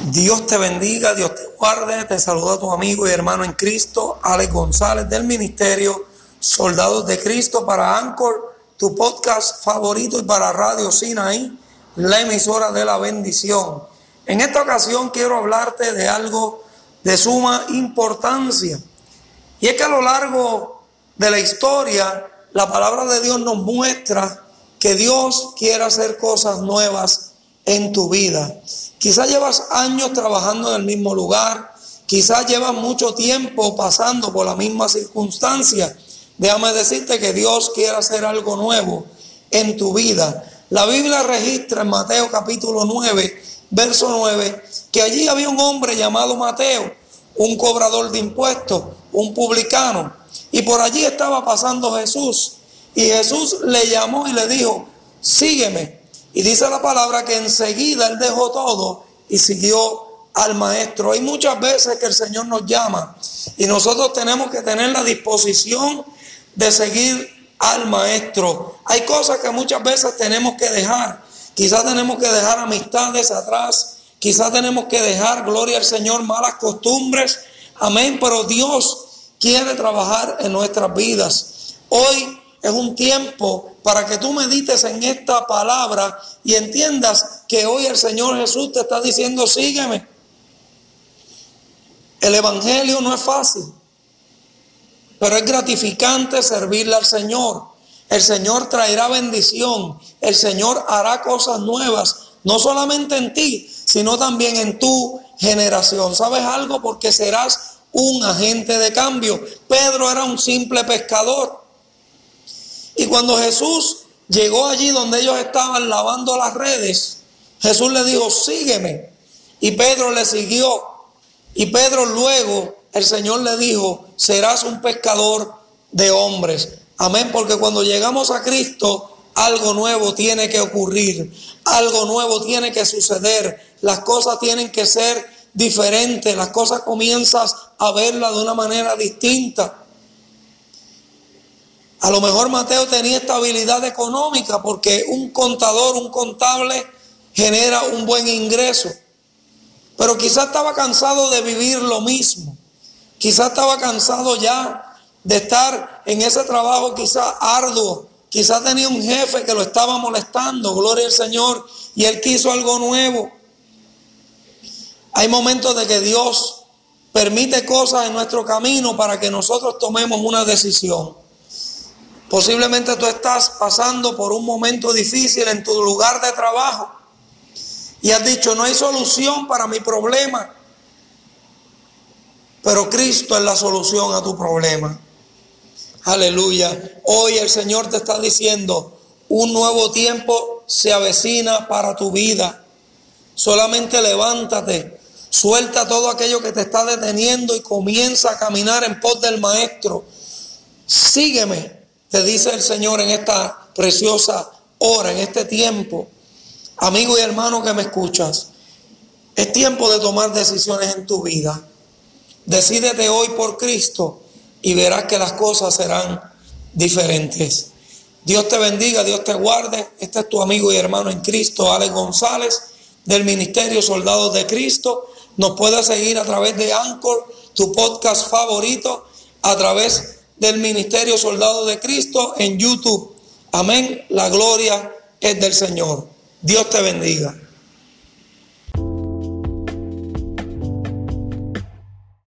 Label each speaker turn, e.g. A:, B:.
A: Dios te bendiga, Dios te guarde. Te saluda tu amigo y hermano en Cristo, Alex González, del ministerio Soldados de Cristo, para Anchor, tu podcast favorito, y para Radio Sinaí, la emisora de la bendición. En esta ocasión quiero hablarte de algo de suma importancia, y es que a lo largo de la historia la palabra de Dios nos muestra que Dios quiere hacer cosas nuevas en tu vida. Quizás llevas años trabajando en el mismo lugar, quizás llevas mucho tiempo pasando por la misma circunstancia. Déjame decirte que Dios quiere hacer algo nuevo en tu vida. La Biblia registra en Mateo capítulo 9, verso 9, que allí había un hombre llamado Mateo, un cobrador de impuestos, un publicano, y por allí estaba pasando Jesús, y Jesús le llamó y le dijo: sígueme. Y dice la palabra que enseguida él dejó todo y siguió al maestro. Hay muchas veces que el Señor nos llama y nosotros tenemos que tener la disposición de seguir al maestro. Hay cosas que muchas veces tenemos que dejar. Quizás tenemos que dejar amistades atrás. Quizás tenemos que dejar, gloria al Señor, malas costumbres. Amén. Pero Dios quiere trabajar en nuestras vidas. Hoy es un tiempo para que tú medites en esta palabra y entiendas que hoy el Señor Jesús te está diciendo: sígueme. El evangelio no es fácil, pero es gratificante servirle al Señor. El Señor traerá bendición. El Señor hará cosas nuevas, no solamente en ti, sino también en tu generación. ¿Sabes algo? Porque serás un agente de cambio. Pedro era un simple pescador. Y cuando Jesús llegó allí donde ellos estaban lavando las redes, Jesús le dijo: sígueme. Y Pedro le siguió. Y Pedro luego, el Señor le dijo: serás un pescador de hombres. Amén, porque cuando llegamos a Cristo, algo nuevo tiene que ocurrir. Algo nuevo tiene que suceder. Las cosas tienen que ser diferentes. Las cosas comienzas a verlas de una manera distinta. A lo mejor Mateo tenía estabilidad económica porque un contador, un contable, genera un buen ingreso. Pero quizás estaba cansado de vivir lo mismo. Quizás estaba cansado ya de estar en ese trabajo quizás arduo. Quizás tenía un jefe que lo estaba molestando, gloria al Señor, y él quiso algo nuevo. Hay momentos de que Dios permite cosas en nuestro camino para que nosotros tomemos una decisión. Posiblemente tú estás pasando por un momento difícil en tu lugar de trabajo y has dicho: no hay solución para mi problema. Pero Cristo es la solución a tu problema. Aleluya. Hoy el Señor te está diciendo: un nuevo tiempo se avecina para tu vida. Solamente levántate, suelta todo aquello que te está deteniendo y comienza a caminar en pos del Maestro. Sígueme, te dice el Señor en esta preciosa hora, en este tiempo. Amigo y hermano que me escuchas, es tiempo de tomar decisiones en tu vida. Decídete hoy por Cristo y verás que las cosas serán diferentes. Dios te bendiga, Dios te guarde. Este es tu amigo y hermano en Cristo, Alex González, del ministerio Soldados de Cristo. Nos puedes seguir a través de Anchor, tu podcast favorito, a través del ministerio Soldados de Cristo en YouTube. Amén. La gloria es del Señor. Dios te bendiga.